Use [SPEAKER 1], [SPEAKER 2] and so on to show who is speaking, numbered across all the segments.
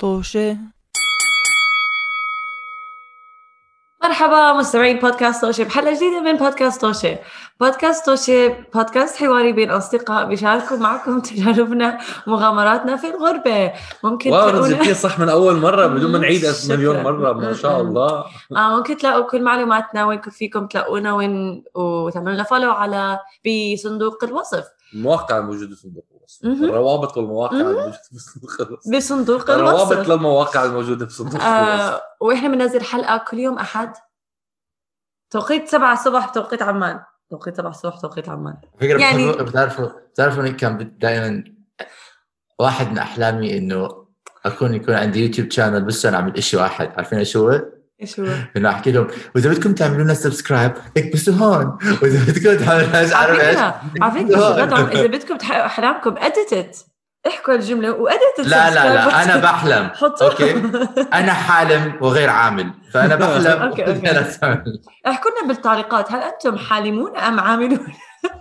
[SPEAKER 1] طوشة.
[SPEAKER 2] مرحبا مستمعين بودكاست طوشة بحلقة جديدة من بودكاست طوشة. بودكاست طوشة بودكاست حواري بين أصدقاء بيشاركوا معكم تجاربنا ومغامراتنا في الغربة. ممكن
[SPEAKER 3] تلاقونا صح من أول مرة بدون ما نعيد مليون مرة. ما شاء الله.
[SPEAKER 2] ممكن تلاقوا كل معلوماتنا وين فيكم تلاقونا وين وتعملوا لنا فولو على بصندوق الوصف.
[SPEAKER 3] المواقع الموجودة في صندوق الوصف. الروابط والمواقع الموجودة في صندوق الوصف.
[SPEAKER 2] بصندوق الوصف.
[SPEAKER 3] الروابط للمواقع الموجودة في صندوق الوصف.
[SPEAKER 2] وإحنا بننزل حلقة كل يوم أحد توقيت 7 الصبح توقيت عمان. توقيت 7 الصبح توقيت عمان.
[SPEAKER 4] يعني بتعرفوا كان دائما واحد من أحلامي إنه يكون عندي يوتيوب شانل بس أنا أعمل إشي واحد. عارفين إيش هو؟ إنه أحكي لهم وإذا بدكم تعملوا لنا سبسكرايب اكبسوا هون، وإذا بدكم تعملوا إيش
[SPEAKER 2] إذا بدكم تحققوا أحلامكم أديتت احكوا الجملة وأديتت.
[SPEAKER 4] لا أنا بحلم. أوكي أنا حالم وغير عامل، فأنا بحلم.
[SPEAKER 2] أوكي. احكوا لنا بالتعليقات هل أنتم حالمون أم عاملون؟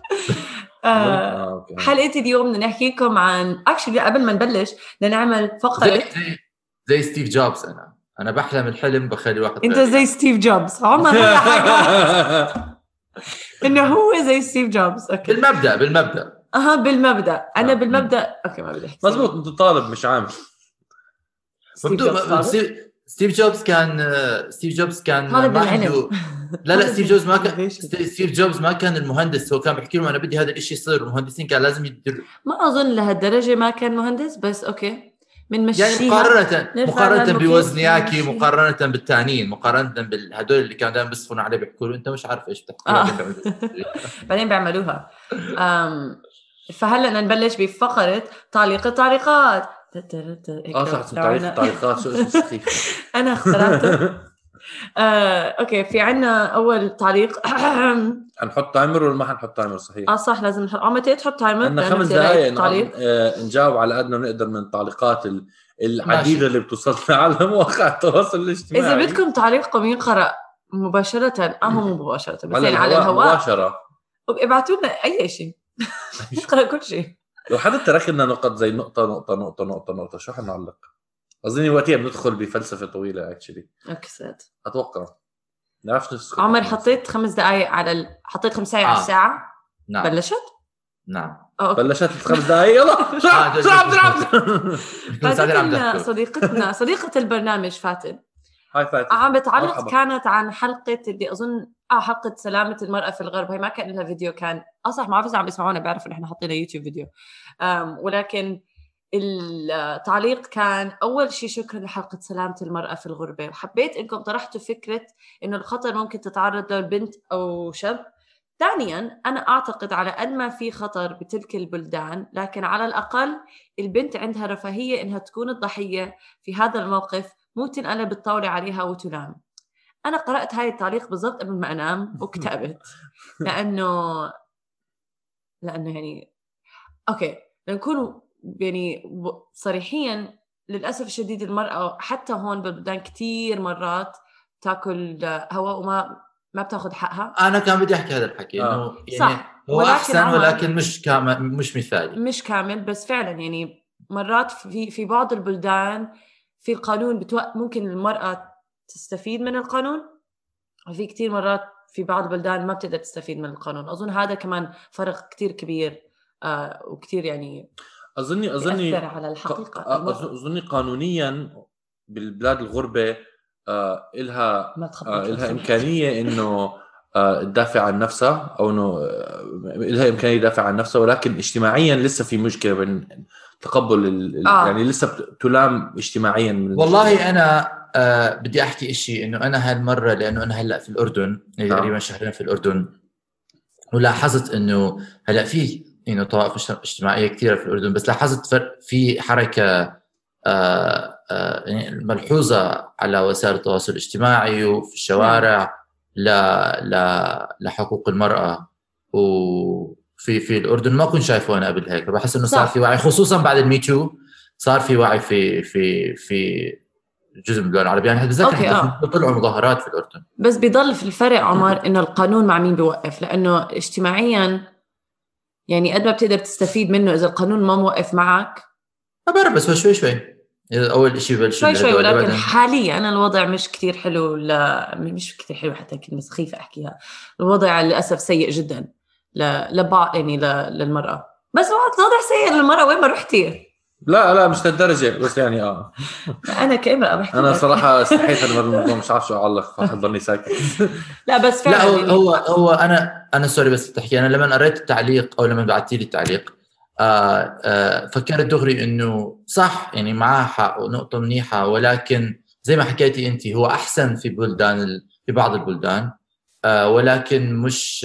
[SPEAKER 2] حلقة اليوم بدنا نحكي لكم عن قبل ما نبلش نعمل فقرة
[SPEAKER 4] زي ستيف جوبز. أنا بحلم الحلم بخلي واحد.
[SPEAKER 2] أنت زي ستيف جوبز عمر ولا حاجة. إنه هو زي ستيف جوبز. أوكي.
[SPEAKER 4] بالمبدأ
[SPEAKER 2] بالمبدأ أنا بالمبدأ. أوكي ما بدي أحكي.
[SPEAKER 3] مزبوط. أنت طالب مش عامل.
[SPEAKER 4] ستيف جوبز كان
[SPEAKER 2] طالب العلم.
[SPEAKER 4] لا ستيف جوبز ما كان المهندس. هو كان بيحكي لهم أنا بدي هذا الإشي يصير، والمهندسين كان لازم يدير.
[SPEAKER 2] ما أظن لهالدرجة ما كان مهندس، بس أوكي من مشيها
[SPEAKER 4] يعني مقارنة بوزنياكي، مقارنة بالتانيين، مقارنة بالهدول اللي كانوا دائما بيصفون عليه بيحكوا له أنت مش عارف إيش بتحكي.
[SPEAKER 2] بعدين بيعملوها. فهلا نبلش بفقرة تعليق التعليقات.
[SPEAKER 3] صح تعليقات شو اسمه سخيف.
[SPEAKER 2] أنا اخترعته. أوكي في عنا أول تعليق.
[SPEAKER 3] هنحط تايمر ولا ما هنحط تايمر؟ صحيح.
[SPEAKER 2] صح لازم نحط. عمتي تحط تايمر.
[SPEAKER 3] عندنا 5 دقائق نجاوب على قد ما نقدر من التعليقات العديدة اللي بتوصلنا على مواقع التواصل الاجتماعي.
[SPEAKER 2] إذا بدكم تعليقكم ينقرأ مباشرة مو مباشرة بس يعني على الهواء
[SPEAKER 3] مباشرة،
[SPEAKER 2] ابعتوا لنا أي شيء. نقرأ كل شيء.
[SPEAKER 3] لو حدا ترك لنا نقط زي نقطة شو حنعلق؟ أظني وقتها بندخل بفلسفة طويلة اكشلي.
[SPEAKER 2] أكيد
[SPEAKER 3] أتوقع نعرف نسخ.
[SPEAKER 2] عمر حطيت 5 دقائق على حطيت 5 دقائق على الساعة.
[SPEAKER 4] نعم.
[SPEAKER 2] بلشت؟
[SPEAKER 4] نعم.
[SPEAKER 3] بلشت 5 دقائق. يلا
[SPEAKER 2] سرعة. صديقة البرنامج فاتن.
[SPEAKER 3] هاي فاتن.
[SPEAKER 2] عم بتعلق كانت عن حلقة اللي أظن حلقة سلامة المرأة في الغرب. هي ما كان لها فيديو، كان صح ما عارف عم بيسمعونا بيعرفوا إن إحنا حطينا يوتيوب فيديو. ولكن التعليق كان أول شيء شكرا لحلقة سلامة المرأة في الغربة. حبيت إنكم طرحتوا فكرة إنه الخطر ممكن تتعرض له البنت أو شاب. ثانياً أنا أعتقد على قد ما في خطر بتلك البلدان، لكن على الأقل البنت عندها رفاهية إنها تكون الضحية في هذا الموقف، مو تنقلب الطاولة عليها وتنام. أنا قرأت هاي التعليق بالضبط قبل ما أنام وكتبت لأنه يعني أوكي لنكون يعني صريحياً للأسف الشديد المرأة حتى هون بالبلدان كتير مرات تاكل هواء وما بتاخذ حقها.
[SPEAKER 4] أنا كان بدي أحكي هذا الحكي إنه يعني هو أحسن ولكن مش كامل، مش مثالي، مش
[SPEAKER 2] كامل، بس فعلا يعني مرات في بعض البلدان في القانون ممكن المرأة تستفيد من القانون، وفي كتير مرات في بعض البلدان ما بتقدر تستفيد من القانون. أظن هذا كمان فرق كتير كبير وكتير يعني
[SPEAKER 3] أظني
[SPEAKER 2] يأثر على الحقيقة.
[SPEAKER 3] أظني قانونيا بالبلاد الغربة إلها إمكانية إنه تدافع عن نفسها، أو إنه إلها إمكانية تدافع عن نفسها، ولكن اجتماعيا لسه في مشكلة بين تقبل يعني لسه تلام اجتماعيا من
[SPEAKER 4] والله أنا بدي أحكي إشي إنه أنا هالمرة لأنه أنا هلأ في الأردن تقريبا شهرين في الأردن، ولاحظت إنه هلأ في إنه طوائف اجتماعية كثيرة في الأردن، بس لاحظت في حركة ملحوظة على وسائل التواصل الاجتماعي وفي الشوارع لحقوق المرأة. وفي الأردن ما كنت شايفه أنا قبل هيك، بحس إنه صار في وعي، خصوصا بعد الميتو صار في وعي في جزء من الدول العربية. يعني بتذكر طلعوا مظاهرات في الأردن،
[SPEAKER 2] بس بيضل في الفرق عمر إنه القانون مع مين بيوقف، لأنه اجتماعيا يعني قد ما بتقدر تستفيد منه إذا القانون ما موقف معك.
[SPEAKER 4] بس شوي اول شيء ببلشوا
[SPEAKER 2] شوي ولكن حاليا الوضع مش كتير حلو، مش كتير حلو حتى كلمه سخيفه احكيها. الوضع للاسف سيء جدا يعني للمراه. بس وضع سيء للمراه وين ما رحتي.
[SPEAKER 3] لا مش للدرجه، بس يعني
[SPEAKER 2] انا كاميرا بحكي
[SPEAKER 3] انا صراحه استحيت هذا الموضوع، مش عارف شو اعلق، فحضرني ساكت.
[SPEAKER 2] لا بس فعلا
[SPEAKER 4] لا هو انا سوري بس تحكي. انا لما قريت التعليق او لما بعثتي لي التعليق فكرت دغري انه صح، يعني معاه حق ونقطه منيحه، ولكن زي ما حكيتي انت هو احسن في في بعض البلدان، ولكن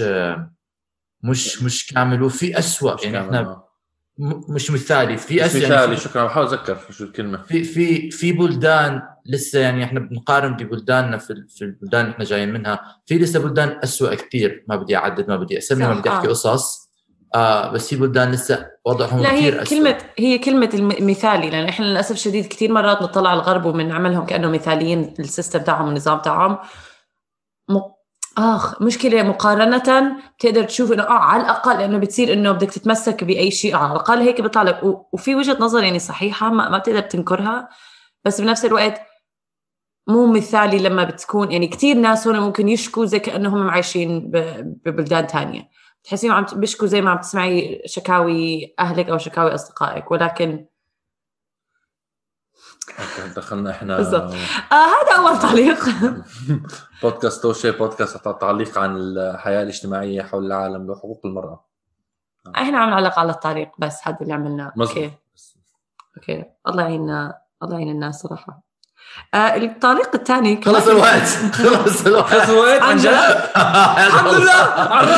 [SPEAKER 4] مش كامل، وفي أسوأ. يعني احنا مش مثالي، في
[SPEAKER 3] أسوأ. مثالي شكرا، بحاول اتذكر شو الكلمه.
[SPEAKER 4] في بلدان لسه، يعني احنا بنقارن ببلداننا في البلدان اللي احنا جايين منها، في لسه بلدان أسوأ كتير. ما بدي اعدد، ما بدي اسمي، ما بدي احكي قصص، بس في بلدان لسه وضعهم كتير أسوأ.
[SPEAKER 2] هي كلمة المثالي، لأن إحنا للأسف شديد كتير مرات نطلع على الغرب ومنعملهم كأنه مثاليين، السيستم تاعهم والنظام تاعهم. مشكلة مقارنة بتقدر تشوف إنه على الأقل إنه بتصير إنه بدك تتمسك بأي شيء، على الأقل هيك بيطلع لك. وفي وجهة نظر يعني صحيحة، ما بتقدر تنكرها، بس بنفس الوقت مو مثالي لما بتكون يعني كتير ناس هون ممكن يشكوا زي كأنهم عايشين ببلدان تانية، تحسين عم بيشكوا زي ما عم تسمعي شكاوي أهلك أو شكاوي أصدقائك، ولكن
[SPEAKER 3] دخلنا احنا
[SPEAKER 2] بالضبط. هذا أول تعليق.
[SPEAKER 3] بودكاست توشي، بودكاست تعليق عن الحياة الاجتماعية حول العالم وحقوق المرأة.
[SPEAKER 2] احنا عم نعلق على التعليق بس، هذا اللي عملناه. اوكي الله يعين الناس صراحة. التعليق الثاني
[SPEAKER 4] خلص الوقت
[SPEAKER 3] عن جد. الحمد لله.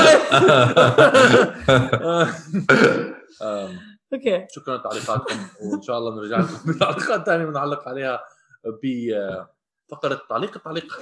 [SPEAKER 2] اوكي
[SPEAKER 3] شكرا لتعليقاتكم، وان شاء الله بنرجع لكم بتعليقات ثانيه بنعلق عليها بفقره تعليق.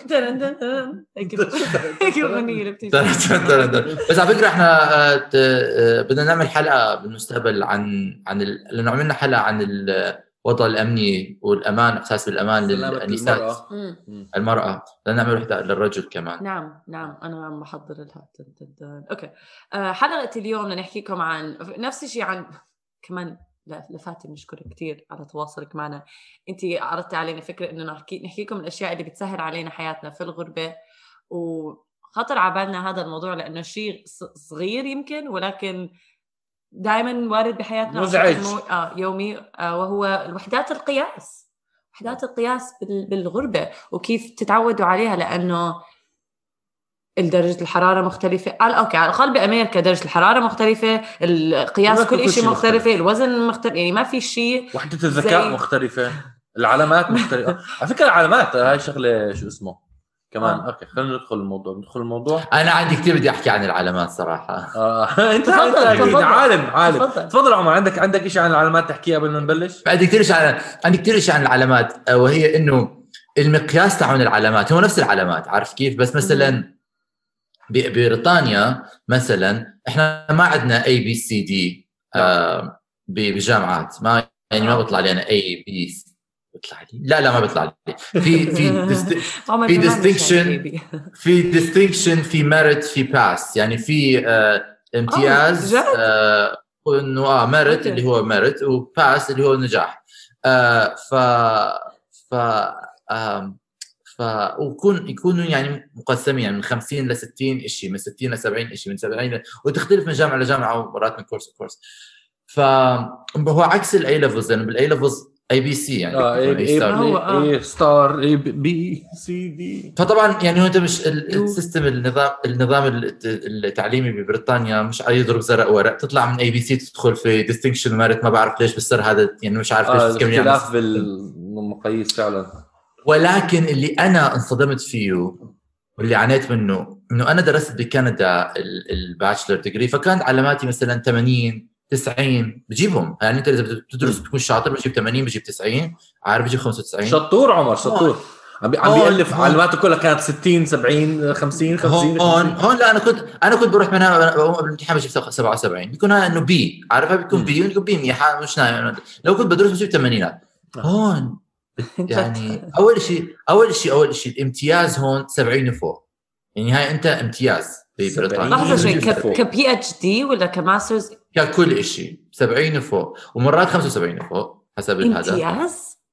[SPEAKER 4] بس على فكره احنا بدنا نعمل حلقه بالمستقبل عن لانه عملنا حلقه عن الوضع الامني والامان، احساس بالامان للنساء المراه. بدنا نعمل وحده للرجل كمان.
[SPEAKER 2] نعم انا عم بحضر لها. اوكي حلقه اليوم بدنا نحكيكم عن نفس الشيء، عن كمان لفاتن نشكرك كتير على تواصلك معنا. انت عرضتي علينا فكره انه نحكيكم الاشياء اللي بتسهل علينا حياتنا في الغربه، وخطر على بالنا هذا الموضوع لانه شيء صغير يمكن، ولكن دائما وارد بحياتنا
[SPEAKER 3] مزعج
[SPEAKER 2] يومي، وهو وحدات القياس بالغربه، وكيف تتعودوا عليها، لانه درجة الحرارة مختلفة. أوكي على الأقل بأمريكا درجة الحرارة مختلفة، القياس كل شيء مختلفة، الوزن مختلف، يعني ما في شيء.
[SPEAKER 3] وحدة الذكاء مختلفة، العلامات مختلفة. على فكرة العلامات هاي شغلة شو اسمه كمان. أوكي خلينا ندخل الموضوع.
[SPEAKER 4] أنا عندي كتير بدي أحكي عن العلامات صراحة.
[SPEAKER 3] أنت عالم. تفضل عمر، عندك إشي عن العلامات تحكيه قبل ما نبلش؟
[SPEAKER 4] عندي كتير إشي عن العلامات، وهي إنه المقياس تاعون العلامات هو نفس العلامات، عارف كيف؟ بس مثلاً ببريطانيا مثلا احنا ما عندنا ABCD بجامعات، ما يعني ما بيطلع لي انا ABC، بيطلع لي لا ما بيطلع لي في distinction في merit في pass، يعني في امتياز انه merit اللي هو merit، وpass اللي هو نجاح. يكونوا يعني مقسمين، يعني من 50 ل 60 شيء، من 60 ل 70 شيء، من 70 وتختلف من جامعه لجامعه ومرات من كورس لكورس. فهو عكس الاي ليفلز، لانه بالاي ليفلز ABC يعني
[SPEAKER 3] A ستار ABCD.
[SPEAKER 4] فطبعا يعني هو انت مش السيستم النظام التعليمي ببريطانيا مش يضرب زرق ورق تطلع من ABC تدخل في distinction merit. ما بعرف ليش بالسر هذا، يعني مش عارف ليش
[SPEAKER 3] اختلاف بالمقاييس فعلا.
[SPEAKER 4] ولكن اللي أنا انصدمت فيه واللي عانيت منه إنه أنا درست بكندا الباتشلر ديجري، فكانت علاماتي مثلاً 80 90 بجيبهم. يعني أنت إذا بتدرس تكون شاطر بجيب 80 بجيب 90 عارف بجيب 95.
[SPEAKER 3] شطور عمر شطور. عم بيألف علاماته كلها كانت 60 70 50
[SPEAKER 4] هون لا أنا كنت بروح منها بالامتحان بجيب 77 بيكون هذا إنه بي، عارفها بيكون بي ويكون بي منيحة مش نايم. لو كنت بدرس بجيب 80 هون يعني أول شيء الامتياز هون 70 وفوق، يعني هاي أنت امتياز ببريطانيا.
[SPEAKER 2] لحظة شوي، كPhD ولا كماسترز؟
[SPEAKER 4] ككل شيء 70 وفوق، ومرات 75 وفوق حسب الهدف.
[SPEAKER 2] امتياز؟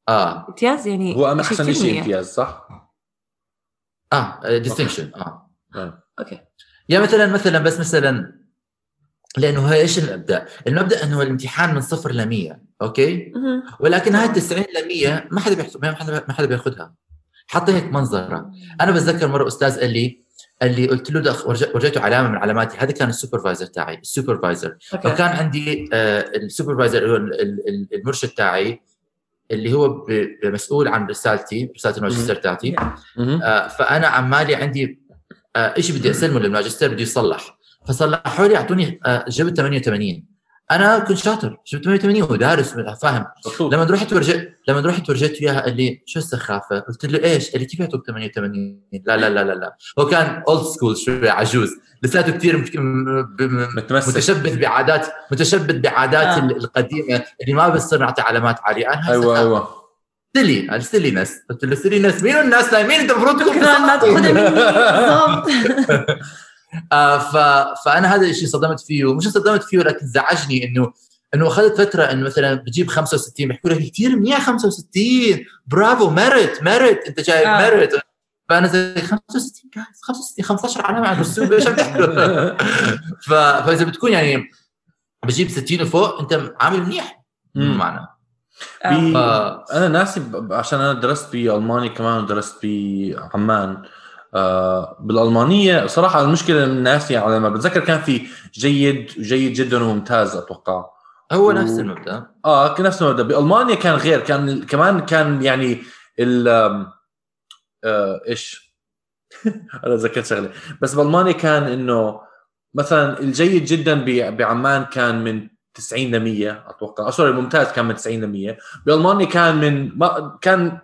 [SPEAKER 2] امتياز يعني
[SPEAKER 3] هو احسن شيء امتياز صح
[SPEAKER 4] distinction
[SPEAKER 2] اوكي
[SPEAKER 4] يا مثلا بس مثلا لانه هي ايش المبدا انه الامتحان من 0 ل 100 اوكي ولكن هاي 90 ل 100 ما حدا بياخذها حتى هيك منظره. انا بتذكر مره استاذ قال لي قلت له ورجيته علامه من علاماتي، هذا كان السوبرفايزر تاعي فكان عندي السوبرفايزر المرشد تاعي اللي هو مسؤول عن رساله الماجستير تاعتي. فانا عمالي عندي شيء بدي اسلمه للماجستير بده يصلح، فصلحوا لي اعطوني جبت 88. انا كنت شاطر جبت 88 ودارس فاهم. لما رحت ورجيت اياها قال لي شو السخافه؟ قلت له ايش؟ قال لي كيف يعطوك 88؟ لا هو كان اولد سكول شوي عجوز لساته كثير متشبث بعادات القديمه اللي ما بصير نعطي علامات عاليه. انا
[SPEAKER 3] ايوه
[SPEAKER 4] السيلينس قلت له السيلينس مين الناس نايمين انت المفروض تكون
[SPEAKER 2] ما تاخذها مني بالضبط.
[SPEAKER 4] فانا هذا الشيء صدمت فيه لكن زعجني انه اخذت فتره انه مثلا بجيب 65 بيحكوا لك كثير منيح 65 برافو ميرت انت جايب ميرت. فانا زي 65 15 علامه على الرسوم ايش عم تحكوا؟ فاذا بتكون يعني بجيب 60 وفوق انت عامل منيح معنى.
[SPEAKER 3] انا ناسي عشان انا درست بالمانيا كمان ودرست بعمان. بالألمانية صراحة المشكلة الناسية على ما بتذكر كان في جيد جدا وممتاز أتوقع
[SPEAKER 4] هو نفس المبدأ
[SPEAKER 3] كان نفس المبدأ. بألمانيا كان غير، كان يعني إيش أنا ذكرت شغلة بس بألمانيا كان إنه مثلا الجيد جدا بعمان كان من 90 ل 100 أتوقع. سوري الممتاز كان من 90 ل 100. بألمانيا كان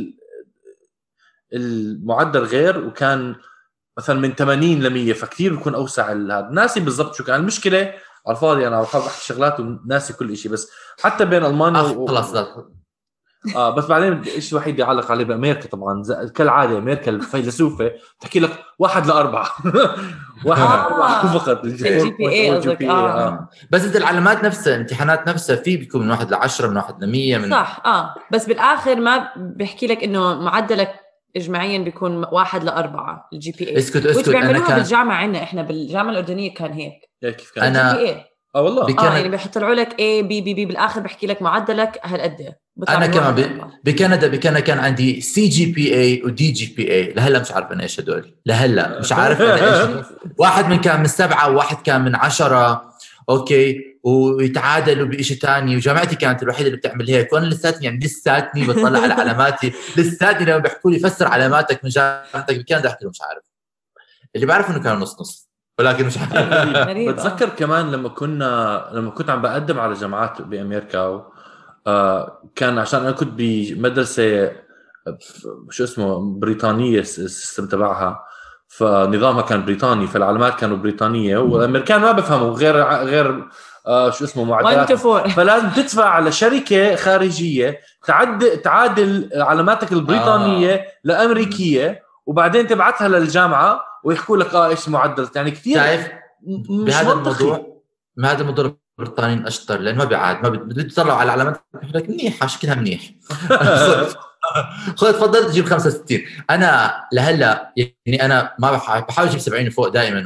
[SPEAKER 3] المعدل غير وكان مثلا من 80 ل 100 فكتير بيكون اوسع. هذا ناسي بالضبط شو كان المشكله على الفاضي. انا بحب احكي شغلات وناسي كل شيء. بس حتى بين المانيا
[SPEAKER 4] خلاص
[SPEAKER 3] بس بعدين الشيء الوحيد اللي يعلق عليه بامريكا طبعا كالعاده امريكا الفيلسوفه تحكي لك 1 ل 4 1 ل 4 فقط
[SPEAKER 2] الجي بي اي قصدك.
[SPEAKER 4] بس انت العلامات نفسها الامتحانات نفسها في بيكون من 1 ل 10 من 1 ل 100 من
[SPEAKER 2] صح بس بالاخر ما بيحكي لك انه معدلك اجماعيا بيكون 1 ل 4 الجي بي اي.
[SPEAKER 4] اسكت
[SPEAKER 2] بيعملوها بالجامعه عندنا احنا بالجامعه الاردنيه كان هيك.
[SPEAKER 3] كيف كان
[SPEAKER 4] انا
[SPEAKER 2] الجي بي اي
[SPEAKER 3] والله
[SPEAKER 2] يعني بيحطوا لك A B بالاخر بحكي لك معدلك هالقد.
[SPEAKER 4] انا كمان بكندا كان عندي CGPA وDGPA لهلا مش عارف انا ايش هدول لهلا مش عارف انا ايش. واحد من كان من 7 وواحد كان من 10 اوكي ويتعادلوا بشيء ثاني. وجامعتي كانت الوحيده اللي بتعمل هيك وانا لساتني بطلع على علاماتي لساتني لما بيحكوا لي فسر علاماتك من جامعتك بكندا احكي لهم مش عارف. اللي بعرف انه كان نص ولكن مش عارف.
[SPEAKER 3] بتذكر كمان لما كنت عم بقدم على جامعات بامريكا كان عشان انا كنت بمدرسه شو اسمه بريطانيه السيستم تبعها فنظامها كان بريطاني فالعلامات كانوا بريطانيه والامريكان ما بفهموا غير شو اسمه معدلات. فلازم تدفع على شركه خارجيه تعادل علاماتك البريطانيه لامريكيه وبعدين تبعتها للجامعه ويحكوا لك ايش معدل. يعني كثير
[SPEAKER 4] شايف بهذا الموضوع البريطانيين اشطر لانه ما بيعاد ما بيطلعوا على علامات بيقول لك منيح شكلها منيح خذ تفضل تجيب 65. انا لهلا يعني انا ما بحاول اجيب 70 فوق دائما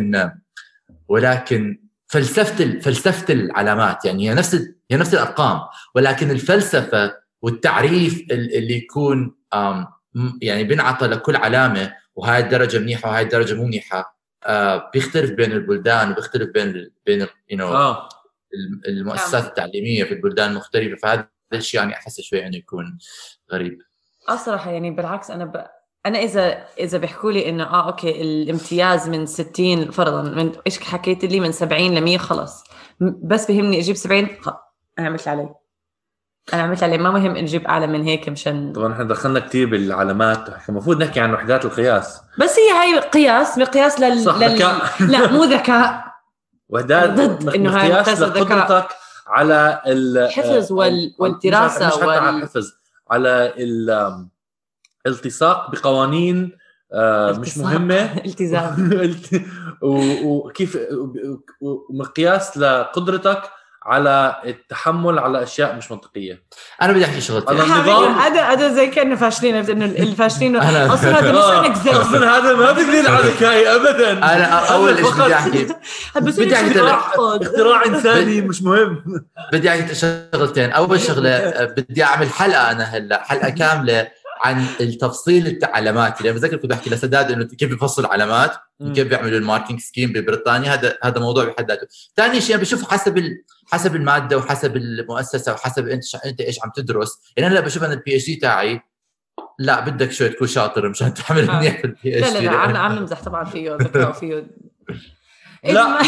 [SPEAKER 4] ولكن فلسفه العلامات يعني هي نفس الارقام ولكن الفلسفه والتعريف اللي يكون يعني بنعطى لكل علامه وهاي الدرجه منيحه وهاي الدرجه مو منيحه بيختلف بين البلدان وبيختلف بين المؤسسات التعليميه في البلدان المختلفه. فهذا الشيء يعني احس شوي انه يكون غريب
[SPEAKER 2] الصراحه. يعني بالعكس انا اذا بيحكوا لي انه اوكي الامتياز من 60 فرضا من ايش حكيت لي من 70 ل 100 خلص بس بهمني اجيب 70 انا عملت عليه ما مهم نجيب اعلى من هيك مشان.
[SPEAKER 3] طبعا احنا دخلنا كتير بالعلامات المفروض نحكي عن وحدات القياس
[SPEAKER 2] بس هي هاي مقياس لا مو ذكاء
[SPEAKER 3] وحدات
[SPEAKER 2] انه هاي
[SPEAKER 3] مقياس لقدرتك على
[SPEAKER 2] الحفظ والدراسه
[SPEAKER 3] مش حتى على الحفظ على الالتصاق بقوانين مش مهمه
[SPEAKER 2] التزام
[SPEAKER 3] وكيف ومقياس لقدرتك على التحمل على اشياء مش منطقيه.
[SPEAKER 4] انا بدي احكي شغلتين.
[SPEAKER 2] هذا زي كأنه فاشلين، انه الفاشلين اصلا هذا مش اكزيست،
[SPEAKER 3] اصلا هذا ما بدليل على ذكائي ابدا.
[SPEAKER 4] انا اول شيء بدي احكي بدي احكي
[SPEAKER 3] اختراع انساني مش مهم.
[SPEAKER 4] بدي احكي شغلتين. اول شغله بدي اعمل حلقه، انا هلا حلقه كامله عن التفصيل العلامات. اللي بذكر كنت احكي لسداد انه كيف بيفصل علامات وكيف بيعملوا الماركتينج سكيم ببريطانيا. هذا موضوع بحد ذاته. ثاني شيء بشوف حسب الماده وحسب المؤسسه وحسب انت ايش عم تدرس. يعني انا بشوف ان البي اتش دي تاعي لا بدك شويه تكون شاطر مشان تعمل منيح في البي اتش دي.
[SPEAKER 2] لا عم نمزح طبعا فيه ذكاء فيه.
[SPEAKER 3] لا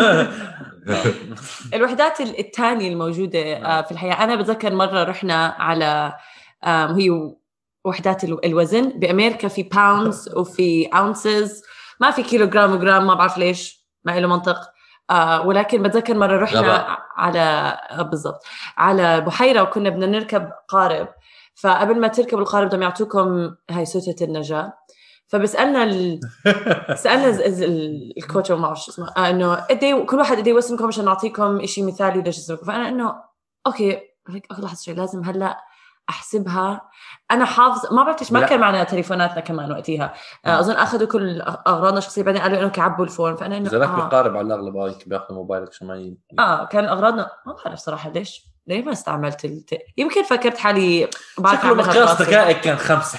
[SPEAKER 2] الوحدات الثانيه الموجوده في الحياه، انا بتذكر مره رحنا على هي وحدات الوزن بأمريكا، في باوندز وفي أونسز، ما في كيلوغرام وجرام، ما بعرف ليش، ما له منطق. ولكن بتذكر مرة رحنا على بالضبط على بحيرة وكنا بدنا نركب قارب، فقبل ما تركبوا القارب بدهم يعطوكم هاي سترة النجاة. فبسألنا سألنا الكوتش وما أعرف شو اسمه إنه كل واحد قدي وزنكم عشان نعطيكم إشي مثالي لجسمكم. فأنا إنه أوكي لحظة شوي لازم هلأ أحسبها. أنا حافظ ما بعرف ما كان معنا تليفوناتنا كمان وقتها. أظن أخذوا كل أغراضنا الشخصية بعدين قالوا إنه كعبوا الفون. فأنا إنه
[SPEAKER 3] زلك بقارب على الأغلب بياخذوا موبايلك شمالين.
[SPEAKER 2] كان أغراضنا ما بعرف صراحة ليه ما استعملت يمكن فكرت حالي بعرف
[SPEAKER 3] شكله مقياس ذكائك كان 5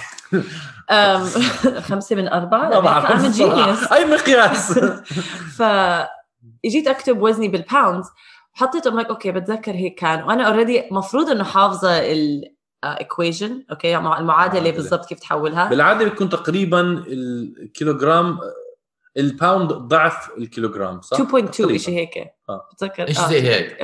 [SPEAKER 2] 5 من 4 أنا جينيس
[SPEAKER 3] أي مقياس.
[SPEAKER 2] فإجيت أكتب وزني بالباوندز وحطيته أوكي بتذكر هيك كان، وأنا أوريدي مفروض إنه حافظة equation اوكي المعادله بالضبط كيف تحولها.
[SPEAKER 3] بالعاده بيكون تقريبا الكيلوغرام الباوند ضعف الكيلوغرام صح
[SPEAKER 2] 2.2 شيء هيك بتذكر
[SPEAKER 4] ايش زي هيك.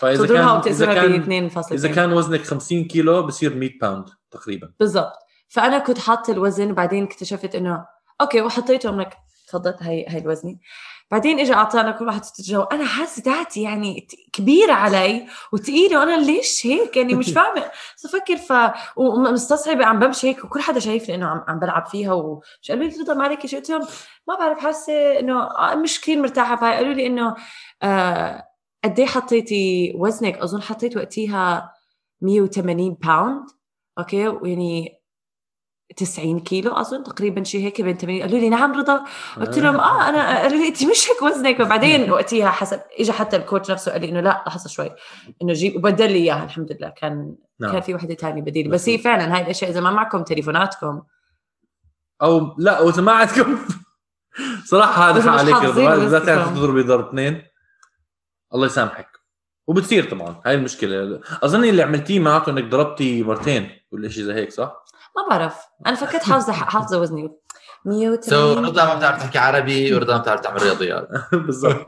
[SPEAKER 3] فاذا كان وزنك 50 كيلو بصير 100 باوند تقريبا
[SPEAKER 2] بالضبط. فانا كنت حاطه الوزن وبعدين اكتشفت انه اوكي وحطيته منك تفضلت هاي الوزني. بعدين اجى اعطانا كل واحد تتجاوب. انا حاسه ذاتي يعني كبيره علي وثقيله وانا ليش هيك يعني مش فاهمه. بفكر ومستصعبه عم بمشي هيك وكل حدا شايفني انه عم بلعب فيها ومش قالوا لي تفضل معك شيء. قلت لهم ما بعرف حاسه انه مش كثير مرتاحه فهي. قالوا لي انه قد ايه حطيتي وزنك؟ اظن حطيت وقتها 180 باوند اوكي يعني 90 كيلو أظن تقريبا شيء هيك بين 80. قالوا لي نعم رضا. قلت لهم أنا قالوا لي أنت مش هيك وزنك. وبعدين وقتها حسب إجا حتى الكوتش نفسه قال لي إنه لا لحظة شوي إنه جيب وبدل لي إياها. الحمد لله كان في واحدة تانية بديل. بس هي فعلا هاي الأشياء إذا ما معكم تليفوناتكم
[SPEAKER 3] أو لا وإذا ما عندكم صراحة هذا عليك لا تعرف تضربي ضرب 2 الله يسامحك. وبتصير طبعا هاي المشكلة. أظن اللي عملتيه معك إنك ضربتي مرتين ولا شيء زي هيك صح؟
[SPEAKER 2] ما بعرف أنا فكرت حافظة وزني 180.
[SPEAKER 4] رضا ما بتعرف تحكي عربي ورضا ما بتعرف تعمل رياضيات.
[SPEAKER 3] بالضبط.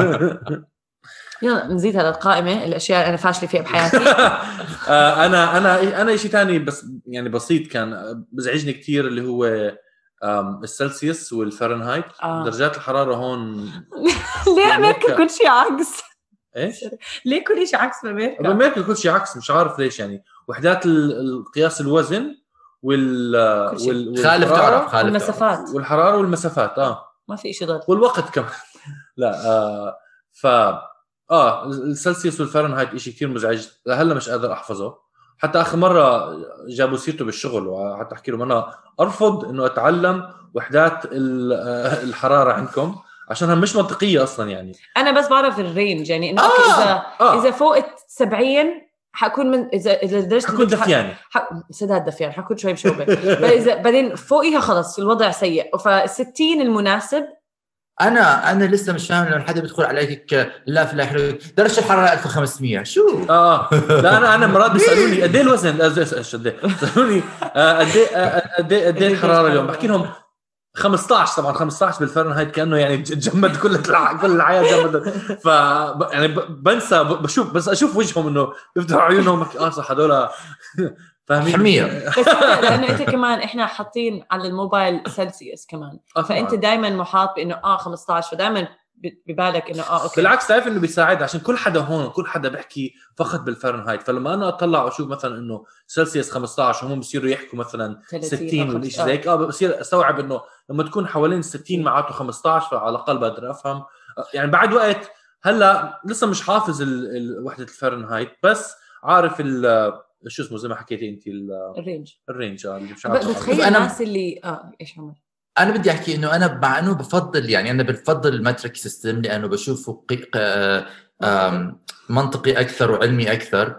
[SPEAKER 2] يلا نزيد على القائمة الأشياء اللي أنا فاشلة فيها بحياتي.
[SPEAKER 3] أنا شيء تاني بس يعني بسيط كان بزعجني كتير اللي هو السلسيوس والفahrenheit. درجات الحرارة هون
[SPEAKER 2] ليه أمريكا كل شيء عكس؟
[SPEAKER 3] إيش؟
[SPEAKER 2] ليه كل شيء عكس بأمريكا؟
[SPEAKER 3] بأمريكا كل شيء عكس مش عارف ليش يعني. وحدات القياس الوزن
[SPEAKER 4] خالف تعرف
[SPEAKER 2] والمسافات
[SPEAKER 3] والحرارة والمسافات
[SPEAKER 2] ما في شيء ضد
[SPEAKER 3] والوقت كمان. لا السلسيوس والفahrenheit إشي كتير مزعج. هلا مش قادر أحفظه. حتى آخر مرة جابوا سيرته بالشغل وحتى أحكي لهم أنا أرفض إنه أتعلم وحدات الحرارة عندكم عشانها مش منطقية أصلا يعني.
[SPEAKER 2] أنا بس بعرف الرينج يعني إنه إذا فوق 70 حكون من إذا درجة
[SPEAKER 3] حكون دفيان
[SPEAKER 2] سداد دفيان حكون شوي مشوبة. فإذا بعدين فوقيها خلص الوضع سيء. ف60 المناسب.
[SPEAKER 4] أنا لسه مش فاهم لما حدا بيدخل عليك لا في الأحرار درجة الحرارة 1500 شو؟
[SPEAKER 3] لا أنا مرات بيسألوني قد إيه الوزن سألوني قد إيه الحرارة اليوم. بحكي لهم 15 طبعا 15 بالفahrenheit كأنه يعني تجمد كل الحياة جمدت. ف يعني بنسى بشوف بس أشوف وجههم إنه يفتحوا عيونهم صح هذول فاهمين
[SPEAKER 4] حمية.
[SPEAKER 2] لأنه أنت كمان إحنا حاطين على الموبايل سلسيوس كمان فأنت دايما محاط بإنه 15 فدايما ببالك إنه أوكي.
[SPEAKER 3] بالعكس تعرف إنه بيساعد عشان كل حدا هون كل حدا بيحكي فقط بالفahrenheit. فلما أنا أطلع وأشوف مثلا إنه سلسيوس 15 هم بيصيروا يحكوا مثلا 60 ولا شيء زيك بصير أستوعب إنه لما تكون حوالين 60 معاته 15 فعلى الأقل بقدر أفهم يعني بعد وقت هلا لسه مش حافظ وحده الفahrenheit بس عارف شو اسمه زي ما حكيتي انت الرينج اللي مش عارف.
[SPEAKER 2] بتخيل الناس اللي ايش عمر
[SPEAKER 4] انا بدي احكي انه انا مع انه بفضل يعني انا بفضل الماتريك سيستم لانه بشوفه منطقي اكثر وعلمي اكثر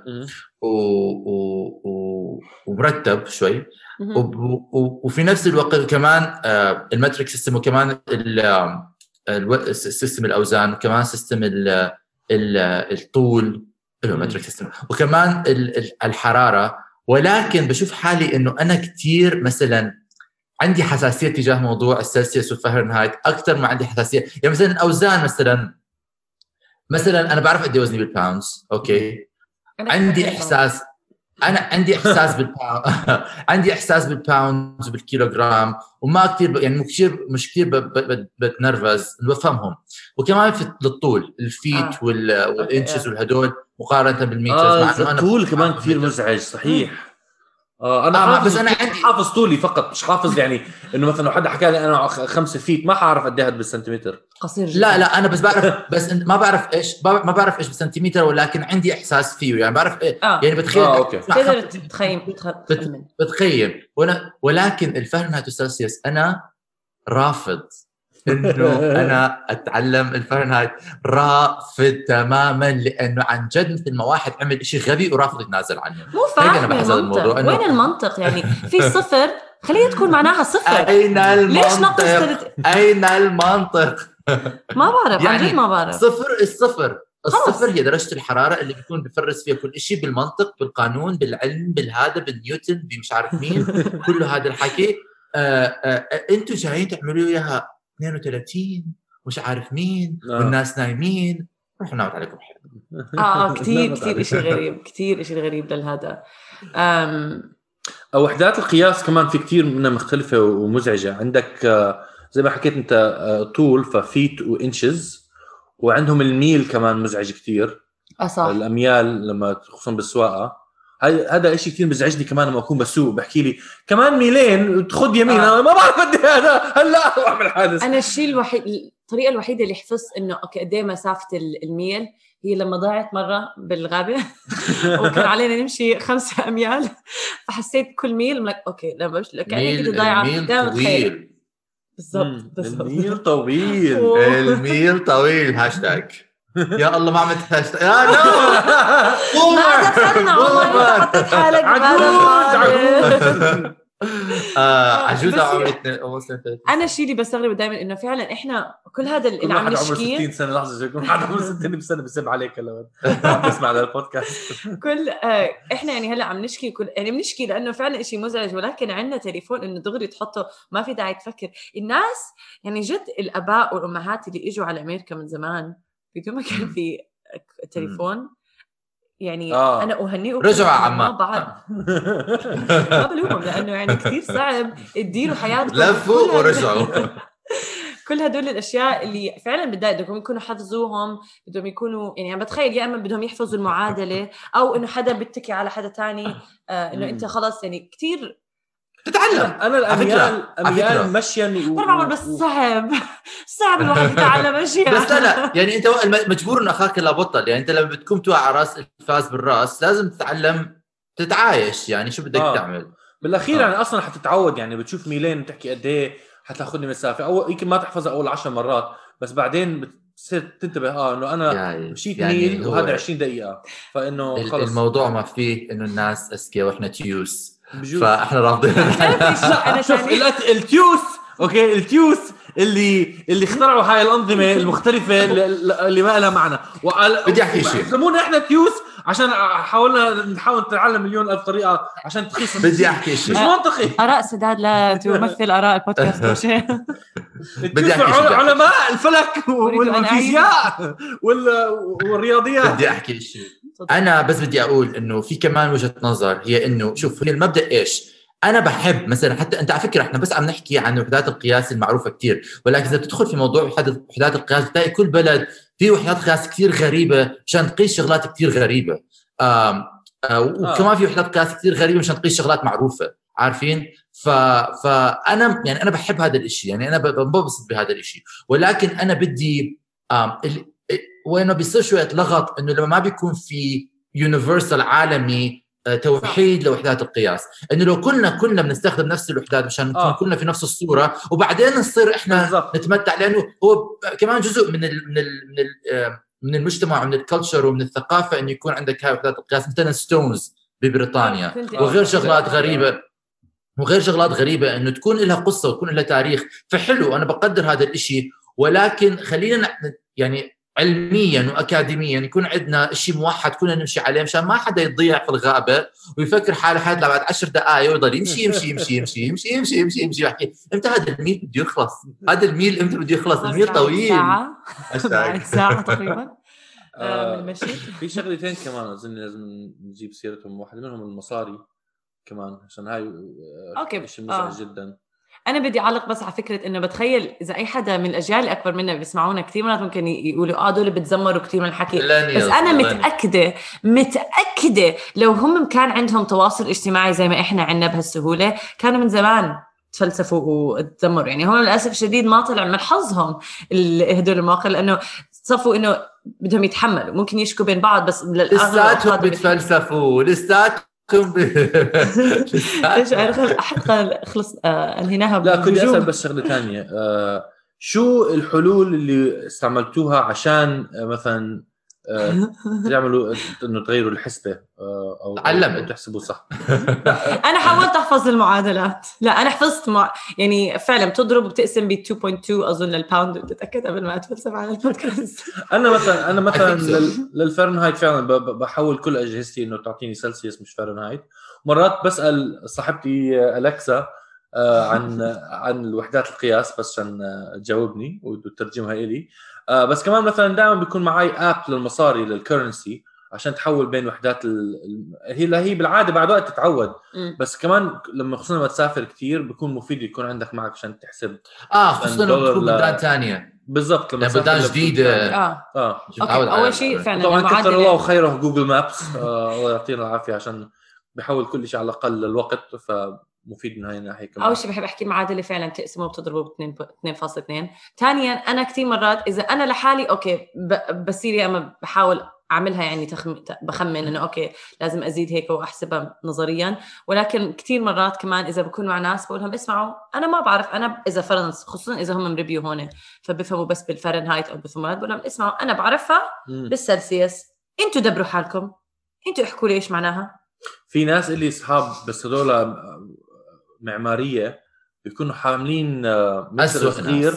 [SPEAKER 4] ومرتب شوي وفي نفس الوقت كمان الماتريك سيستم وكمان السيستم الاوزان وكمان سيستم الطول الماتريك سيستم وكمان الحراره. ولكن بشوف حالي انه انا كتير مثلا عندي حساسيه تجاه موضوع السلسيوس والفahrenheit اكثر ما عندي حساسيه. يعني مثلا الاوزان مثلا انا بعرف قد ايه وزني بالباوندز. اوكي عندي احساس عندي احساس بالباوندز وبالكيلوغرام وما كثير يعني مش كثير بتنرفز بفهمهم. وكمان في الطول الفيت والانشز والهدول مقارنه بالميترز
[SPEAKER 3] مع انه الطول كمان كثير مزعج. صحيح. انا بس انا عندي حافظ طولي فقط مش حافظ يعني انه مثلا لو حدا حكى لي انا 5 فيت ما حعرف قد ايه بالسنتيمتر
[SPEAKER 2] قصير جدا.
[SPEAKER 4] لا انا بس بعرف بس ما بعرف ايش بالسنتيمتر ولكن عندي احساس فيه يعني بعرف يعني بتخيل
[SPEAKER 2] تقدر
[SPEAKER 4] بتخيل ولكن الفahrenheit والسلسيوس انا رافض انه انا اتعلم الفahrenheit رافض تماما لانه عن جد مثل ما واحد عمل شيء غبي ورافض يتنازل عنه.
[SPEAKER 2] مو فاهم الموضوع. وين المنطق يعني في صفر خليها تكون معناها صفر.
[SPEAKER 4] اين المنطق؟
[SPEAKER 2] ليش نقص
[SPEAKER 4] اين المنطق؟
[SPEAKER 2] ما بعرف يعني عن جد ما بعرف.
[SPEAKER 4] الصفر هي درجه الحراره اللي بيكون بفرز فيها كل شيء بالمنطق بالقانون بالعلم بالهذا بالنيوتن بمش عارف مين كله هذا الحكي. انتوا جايين تعملوا اياها 32 مش عارف مين والناس نايمين. روحوا نامت عليكم
[SPEAKER 2] حلو. كتير شيء غريب. كتير شيء غريب للهذا.
[SPEAKER 3] وحدات القياس كمان في كتير منها مختلفة ومزعجة. عندك زي ما حكيت انت طول ففيت وانشز وعندهم الميل كمان مزعج كتير.
[SPEAKER 2] صح.
[SPEAKER 3] الاميال لما خصوصا بالسواقة هذا إشي كتير مزعجني كمان لما أكون بسوق بحكي لي كمان ميلين تخد يمين أنا ما بعرف قد إيه هذا هلا أعمل حادث.
[SPEAKER 2] أنا الطريقة الوحيدة اللي حفظت إنه أوكي قد إيه مسافة الميل هي لما ضاعت مرة بالغابة وكان علينا نمشي 5 أميال فحسيت كل ميل ملك أوكي لما بمشي كأني كده ضايعة دائما تخيل بالضبط.
[SPEAKER 3] الميل طويل.
[SPEAKER 4] الميل طويل هاشتاج يا الله ما عملت هاشتاج يا نو
[SPEAKER 2] ما دخلنا والله حطيت حالك
[SPEAKER 4] عجوزة عمرتنا
[SPEAKER 2] أنا الشيء اللي بستغرب دائما إنه فعلا إحنا كل هذا اللي عم نشكيه
[SPEAKER 3] 60 سنة لحظة يكون حدا عمره 60 سنة بسب عليك لو تسمع هذا البودكاست
[SPEAKER 2] كل إحنا يعني هلا عم نشكي يعني بنشكي لأنه فعلا إشي مزعج ولكن عندنا تليفون إنه دغري تحطه ما في داعي تفكر. الناس يعني جد الآباء والأمهات اللي إجوا على أمريكا من زمان بدون ما كان في تليفون يعني أنا أهنئهم
[SPEAKER 4] رجعوا عما
[SPEAKER 2] ما بلومهم لأنه يعني كتير صعب تديروا حياتكم
[SPEAKER 4] لفوا ورجعوا.
[SPEAKER 2] كل هدول الأشياء اللي فعلا بدهم يكونوا حفظوهم بدهم يكونوا يعني أنا بتخيل يا أما بدهم يحفظوا المعادلة أو إنه حدا بتكي على حدا تاني إنه أنت خلاص يعني كتير
[SPEAKER 4] تتعلم.
[SPEAKER 3] أنا الأميال مشيا
[SPEAKER 2] بس صعب الواحد يتعلم أشياء.
[SPEAKER 4] بس لا يعني أنت مجبور إنه أخاك لا بطل يعني أنت لما بتكون توقع على راس الفاس بالراس لازم تتعلم تتعايش يعني شو بدك تعمل
[SPEAKER 3] بالأخير يعني أصلاً حتتعود يعني بتشوف ميلين بتحكي قد إيه حتاخذني مسافة أو يمكن ما تحفظها أول 10 مرات بس بعدين بتصير تنتبه إنه أنا مشيت يعني ميل وهذا 20 دقيقة فإنه خلص
[SPEAKER 4] الموضوع ما فيه إنه الناس أذكياء وإحنا تيوس فاحنا رافضين.
[SPEAKER 3] انا شوف التيوس اوكي التيوس اللي اخترعوا هاي الانظمه المختلفه اللي ما لها معنى
[SPEAKER 4] بدي احكي شيء
[SPEAKER 3] يسمونا احنا تيوس عشان نحاول نتعلم مليون الف طريقه عشان تخيص.
[SPEAKER 4] بدي احكي شيء
[SPEAKER 3] مش منطقي.
[SPEAKER 2] اراء سداد لا تمثل اراء البودكاست او شيء.
[SPEAKER 3] بدي احكي شيء علماء الفلك والفيزياء والرياضيات.
[SPEAKER 4] بدي احكي شيء انا بس بدي اقول انه في كمان وجهة نظر هي انه شوف هي المبدأ ايش انا بحب مثلا حتى انت على فكره احنا بس عم نحكي عن وحدات القياس المعروفه كتير ولكن اذا بتدخل في موضوع وحدات القياس بتلاقي كل بلد فيه وحدات قياس كتير غريبه عشان تقيس شغلات كتير غريبه وكمان في وحدات قياس كتير غريبه عشان تقيس شغلات معروفه عارفين. فانا يعني انا بحب هذا الاشي يعني انا بنبسط بهذا الاشي ولكن انا بدي وانه بيصير شويه لغط انه لما ما بيكون في يونيفرسال عالمي توحيد لوحدات القياس، انه لو كلنا بنستخدم نفس الوحدات مشان نكون كلنا في نفس الصوره وبعدين نصير احنا بالزبط. نتمتع، لانه هو كمان جزء من المجتمع ومن الكلتشر ومن الثقافه انه يكون عندك هاي وحدات القياس مثلا ستونز ببريطانيا وغير شغلات غريبه انه تكون لها قصه وتكون لها تاريخ. فحلو، انا بقدر هذا الاشي، ولكن خلينا يعني علميا واكاديميا يكون عندنا شيء موحد كلنا نمشي عليه مشان ما حدا يضيع في الغابه ويفكر حاله حيطلع بعد 10 دقائق ويضل يمشي يحكي امتى هذا الميل بده يخلص، هذا الميل امتى بده يخلص، الميل طويل
[SPEAKER 2] ساعه تقريبا. المشي
[SPEAKER 3] في شغلتين كمان اظن لازم نجيب سيرتهم، واحد منهم المصاري كمان عشان هاي شيء مزعج جدا.
[SPEAKER 2] أنا بدي أعلق بس على فكرة إنه بتخيل إذا أي حدا من الأجيال الأكبر منا بيسمعونا كثير مرات ممكن يقولوا دول بتزمروا كثير من الحكي، بس أنا متأكدة لو هم كان عندهم تواصل اجتماعي زي ما إحنا عنا بهالسهولة كانوا من زمان تفلسفوا وتزمروا. يعني هم للأسف الشديد ما طلع من حظهم هدول المواقع، لأنه صفوا إنه بدهم يتحملوا، ممكن يشكوا بين بعض بس
[SPEAKER 4] لساتهم بتفلسفوا
[SPEAKER 2] ايش حتى خلص انهيناها.
[SPEAKER 3] لا كنت اسال بس شغله ثانيه، شو الحلول اللي استعملتوها عشان مثلا تعملوا انه تغيروا الحسبه او تحسبوا صح؟
[SPEAKER 2] انا حاولت احفظ المعادلات، لا انا حفظت يعني فعلا بتضرب وبتقسم ب 2.2 اظن الباوند، بتتاكد قبل ما اتفلسف على البودكاست.
[SPEAKER 3] انا مثلا للفahrenheit فعلا بحول كل اجهزتي انه تعطيني سلسيوس مش فahrenheit. مرات بسال صاحبتي أليكسا عن الوحدات القياس بس عشان تجاوبني وتترجمها إلي. بس كمان مثلا دائما بيكون معي اب للمصاري للكرنسي عشان تحول بين وحدات هي بالعاده بعد وقت تتعود، بس كمان لما خصوصا لما تسافر كتير بيكون مفيد يكون عندك معك عشان تحسب
[SPEAKER 4] خصوصا لما تكون بلدان ثانيه
[SPEAKER 3] بالضبط، لما
[SPEAKER 4] بلدان جديده.
[SPEAKER 2] اول شيء فعلا
[SPEAKER 3] طبعا كثر الله وخيره جوجل مابس الله يعطينا العافيه عشان بيحول كل شيء على الاقل للوقت، مفيد من هاي الناحيه كمان.
[SPEAKER 2] اول شيء بحب احكي معادله فعلا تقسمه وبتضربه ب 2.2. ثانيا انا كثير مرات اذا انا لحالي اوكي بصير اما بحاول اعملها يعني بخمن انه اوكي لازم ازيد هيك واحسبها نظريا، ولكن كثير مرات كمان اذا بكون مع ناس بقول لهم اسمعوا انا ما بعرف، انا اذا فرنس خصوصا اذا هم مربيوا هون فبفهموا بس بالفahrenheit او بفهموا، بقول لهم اسمعوا انا بعرفها بالسلسيوس، انتوا دبروا حالكم، انتوا احكوا لي ايش معناها.
[SPEAKER 3] في ناس اللي اصحاب بس هذول معماريه بيكونوا حاملين متر صغير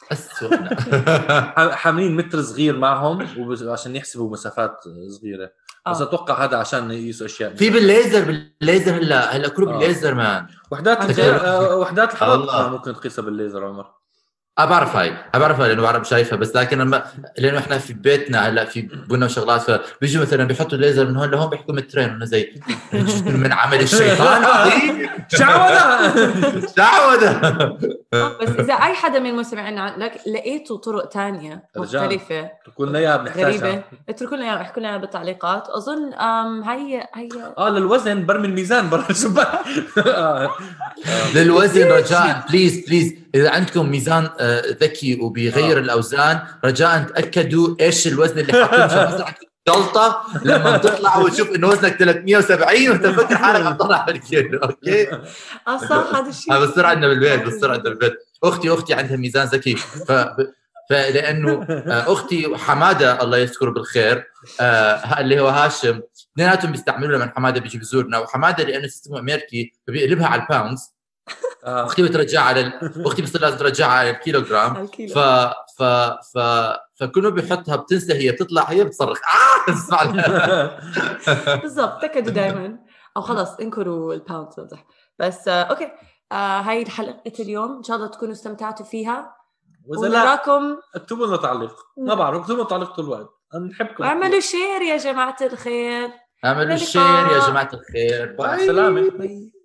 [SPEAKER 3] حاملين متر صغير معهم عشان يحسبوا مسافات صغيره. بس اتوقع هذا عشان يقيسوا اشياء.
[SPEAKER 4] في بالليزر هلا كله بالليزر مان.
[SPEAKER 3] وحدات الحراره ممكن تقيسها بالليزر عمر.
[SPEAKER 4] بعرفها لانه بعرف شايفها، بس لكن لانه احنا في بيتنا هلا في بنا وشغلات، فبيجوا مثلا بيحطوا الليزر من هون لهون بيحكوا مترين انه زي من عمل الشيطان. شعوذه.
[SPEAKER 2] بس اذا اي حدا من المستمعين لقيتوا طرق تانية مختلفه
[SPEAKER 3] اتركوا لنا اياها بنحتاجها،
[SPEAKER 2] اتركوا لنا اياها احكوا لنا بالتعليقات. اظن هي
[SPEAKER 3] للوزن برمي الميزان برا الشباك.
[SPEAKER 4] للوزن رجاء بليز اذا عندكم ميزان ذكي وبيغير الاوزان رجاء تاكدوا ايش الوزن اللي حاطينه، مثلا جلطه لما تطلع وتشوف انه وزنك 370 وتفكر حالك عم تطلع بالكيلو. اوكي
[SPEAKER 2] صح هذا الشيء
[SPEAKER 4] بصير عندنا بالبيت. اختي عندها ميزان ذكي فلانه اختي وحماده الله يذكره بالخير اللي هو هاشم، اثنيناتهم بيستعملوا لما حماده بيجي بزورنا، وحماده لانه سيستم امريكي فبيقلبها على الباوندز، اختي بترجعها اختي بصير لازم ترجعها على الكيلوغرام. فكله بيحطها بتنسى، هي بتطلع هي بتصرخ تسمع
[SPEAKER 2] بالضبط. تاكدوا دائما او خلص انكروا الباوند صح. بس اوكي هاي حلقه اليوم، ان شاء الله تكونوا استمتعتوا فيها، ونراكم.
[SPEAKER 3] اكتبوا لنا تعليق، ما بعرف اكتبوا تعليق طول الوقت، نحبكم.
[SPEAKER 2] اعملوا شير يا جماعه الخير،
[SPEAKER 4] اعملوا شير يا جماعه الخير.
[SPEAKER 3] باي سلامه.